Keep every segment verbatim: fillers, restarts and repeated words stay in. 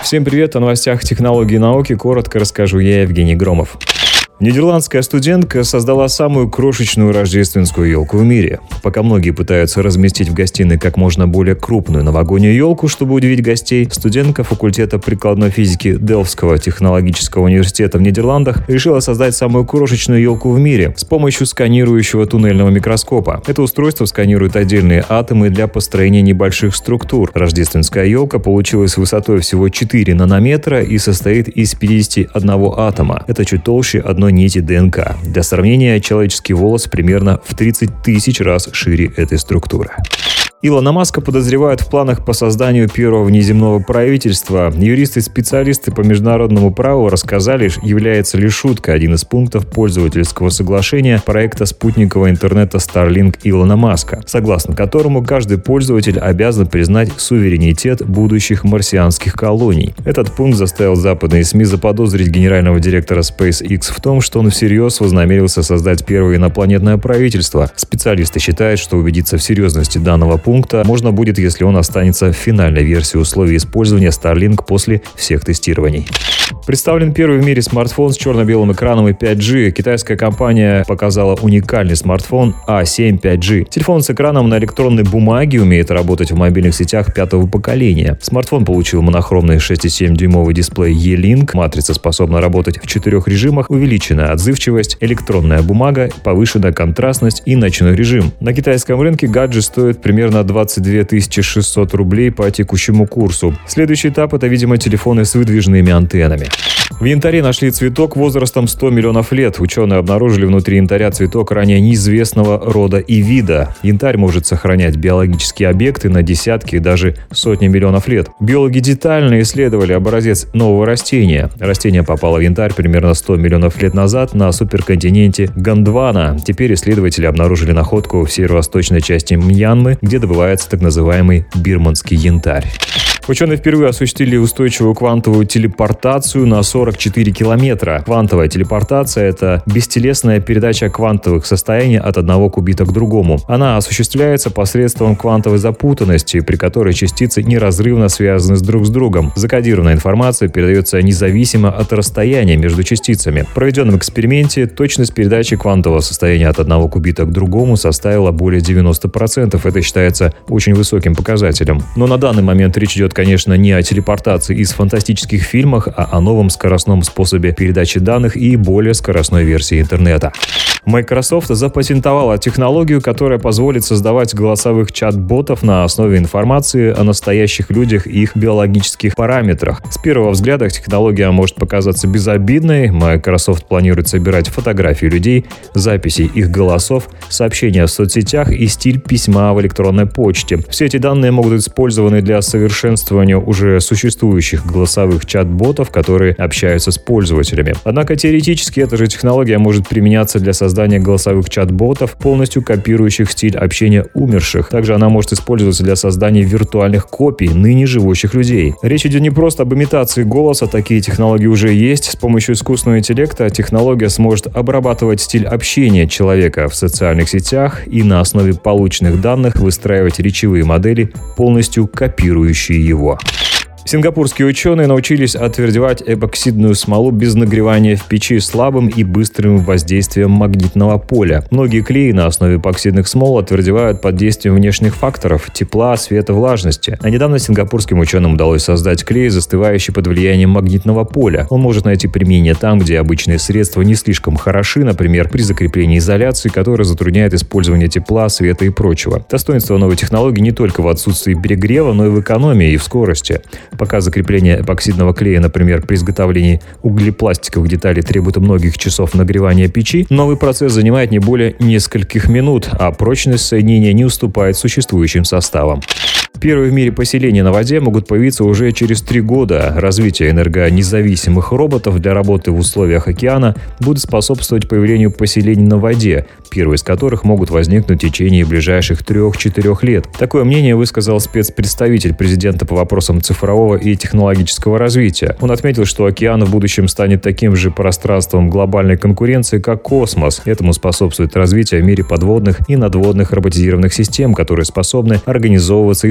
Всем привет, о новостях технологий и науки коротко расскажу я, Евгений Громов. Нидерландская студентка создала самую крошечную рождественскую елку в мире. Пока многие пытаются разместить в гостиной как можно более крупную новогоднюю елку, чтобы удивить гостей, студентка факультета прикладной физики Делфтского технологического университета в Нидерландах решила создать самую крошечную елку в мире с помощью сканирующего туннельного микроскопа. Это устройство сканирует отдельные атомы для построения небольших структур. Рождественская елка получилась высотой всего четыре нанометра и состоит из пятидесяти одного атома. Это чуть толще одной нити ДНК. Для сравнения, человеческий волос примерно в тридцать тысяч раз шире этой структуры. Илона Маска подозревают в планах по созданию первого внеземного правительства. Юристы и специалисты по международному праву рассказали, является ли шутка один из пунктов пользовательского соглашения проекта спутникового интернета Starlink Илона Маска, согласно которому каждый пользователь обязан признать суверенитет будущих марсианских колоний. Этот пункт заставил западные СМИ заподозрить генерального директора SpaceX в том, что он всерьез вознамерился создать первое инопланетное правительство. Специалисты считают, что убедиться в серьезности данного пункта пункта можно будет, если он останется в финальной версии условий использования Starlink после всех тестирований. Представлен первый в мире смартфон с черно-белым экраном и пять джи. Китайская компания показала уникальный смартфон а семь пять джи. Телефон с экраном на электронной бумаге умеет работать в мобильных сетях пятого поколения. Смартфон получил монохромный шесть и семь дюймовый дисплей E-Link. Матрица способна работать в четырех режимах: увеличенная отзывчивость, электронная бумага, повышенная контрастность и ночной режим. На китайском рынке гаджет стоит примерно двадцать две тысячи шестьсот рублей по текущему курсу. Следующий этап — это, видимо, телефоны с выдвижными антеннами. В янтаре нашли цветок возрастом сто миллионов лет. Ученые обнаружили внутри янтаря цветок ранее неизвестного рода и вида. Янтарь может сохранять биологические объекты на десятки и даже сотни миллионов лет. Биологи детально исследовали образец нового растения. Растение попало в янтарь примерно сто миллионов лет назад на суперконтиненте Гондвана. Теперь исследователи обнаружили находку в северо-восточной части Мьянмы, где добывается так называемый бирманский янтарь. Ученые впервые осуществили устойчивую квантовую телепортацию на сорок четыре километра. Квантовая телепортация — это бестелесная передача квантовых состояний от одного кубита к другому. Она осуществляется посредством квантовой запутанности, при которой частицы неразрывно связаны с друг с другом. Закодированная информация передается независимо от расстояния между частицами. В проведенном эксперименте точность передачи квантового состояния от одного кубита к другому составила более девяноста процентов. Это считается очень высоким показателем. Но на данный момент речь идет, конечно, не о телепортации из фантастических фильмах, а о новом скоростном способе передачи данных и более скоростной версии интернета. Microsoft запатентовала технологию, которая позволит создавать голосовых чат-ботов на основе информации о настоящих людях и их биологических параметрах. С первого взгляда технология может показаться безобидной. Microsoft планирует собирать фотографии людей, записи их голосов, сообщения в соцсетях и стиль письма в электронной почте. Все эти данные могут быть использованы для совершенствования уже существующих голосовых чат-ботов, которые общаются с пользователями. Однако теоретически эта же технология может применяться для создания голосовых чат-ботов, полностью копирующих стиль общения умерших. Также она может использоваться для создания виртуальных копий ныне живущих людей. Речь идет не просто об имитации голоса, такие технологии уже есть. С помощью искусственного интеллекта технология сможет обрабатывать стиль общения человека в социальных сетях и на основе полученных данных выстраивать речевые модели, полностью копирующие его. Сингапурские ученые научились отвердевать эпоксидную смолу без нагревания в печи слабым и быстрым воздействием магнитного поля. Многие клеи на основе эпоксидных смол отвердевают под действием внешних факторов – тепла, света, влажности. А недавно сингапурским ученым удалось создать клей, застывающий под влиянием магнитного поля. Он может найти применение там, где обычные средства не слишком хороши, например, при закреплении изоляции, которая затрудняет использование тепла, света и прочего. Достоинство новой технологии не только в отсутствии перегрева, но и в экономии и в скорости. Пока закрепление эпоксидного клея, например, при изготовлении углепластиковых деталей требует многих часов нагревания печи, новый процесс занимает не более нескольких минут, а прочность соединения не уступает существующим составам. Первые в мире поселения на воде могут появиться уже через три года. Развитие энергонезависимых роботов для работы в условиях океана будет способствовать появлению поселений на воде, первые из которых могут возникнуть в течение ближайших трех-четырех лет. Такое мнение высказал спецпредставитель президента по вопросам цифрового и технологического развития. Он отметил, что океан в будущем станет таким же пространством глобальной конкуренции, как космос. Этому способствует развитие в мире подводных и надводных роботизированных систем, которые способны организовываться и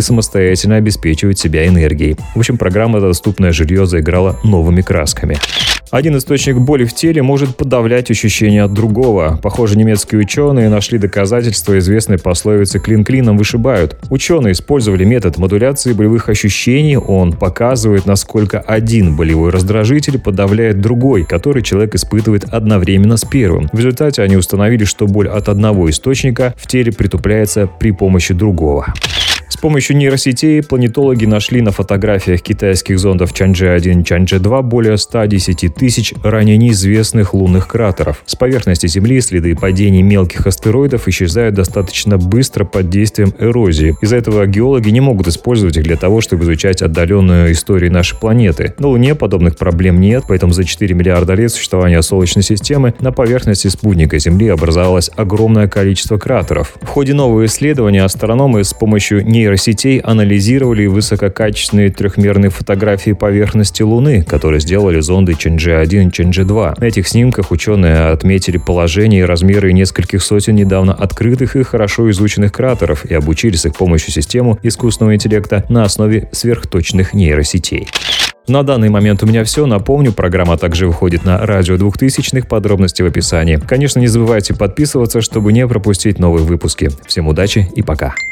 самостоятельно обеспечивать себя энергией. В общем, программа «Доступное жилье» заиграла новыми красками. Один источник боли в теле может подавлять ощущения от другого. Похоже, немецкие ученые нашли доказательства известной пословицы «клин клином вышибают». Ученые использовали метод модуляции болевых ощущений. Он показывает, насколько один болевой раздражитель подавляет другой, который человек испытывает одновременно с первым. В результате они установили, что боль от одного источника в теле притупляется при помощи другого. С помощью нейросетей планетологи нашли на фотографиях китайских зондов Чанчжэ один и Чанчжэ два более ста десяти тысяч ранее неизвестных лунных кратеров. С поверхности Земли следы падений мелких астероидов исчезают достаточно быстро под действием эрозии. Из-за этого геологи не могут использовать их для того, чтобы изучать отдаленную историю нашей планеты. На Луне подобных проблем нет, поэтому за четыре миллиарда лет существования Солнечной системы на поверхности спутника Земли образовалось огромное количество кратеров. В ходе нового исследования астрономы с помощью нейросетей анализировали высококачественные трехмерные фотографии поверхности Луны, которые сделали зонды Чанчжэ один и Чанчжэ два. На этих снимках ученые отметили положение и размеры нескольких сотен недавно открытых и хорошо изученных кратеров и обучили с их помощью систему искусственного интеллекта на основе сверхточных нейросетей. На данный момент у меня все. Напомню, программа также выходит на радио двухтысячных, подробности в описании. Конечно, не забывайте подписываться, чтобы не пропустить новые выпуски. Всем удачи и пока!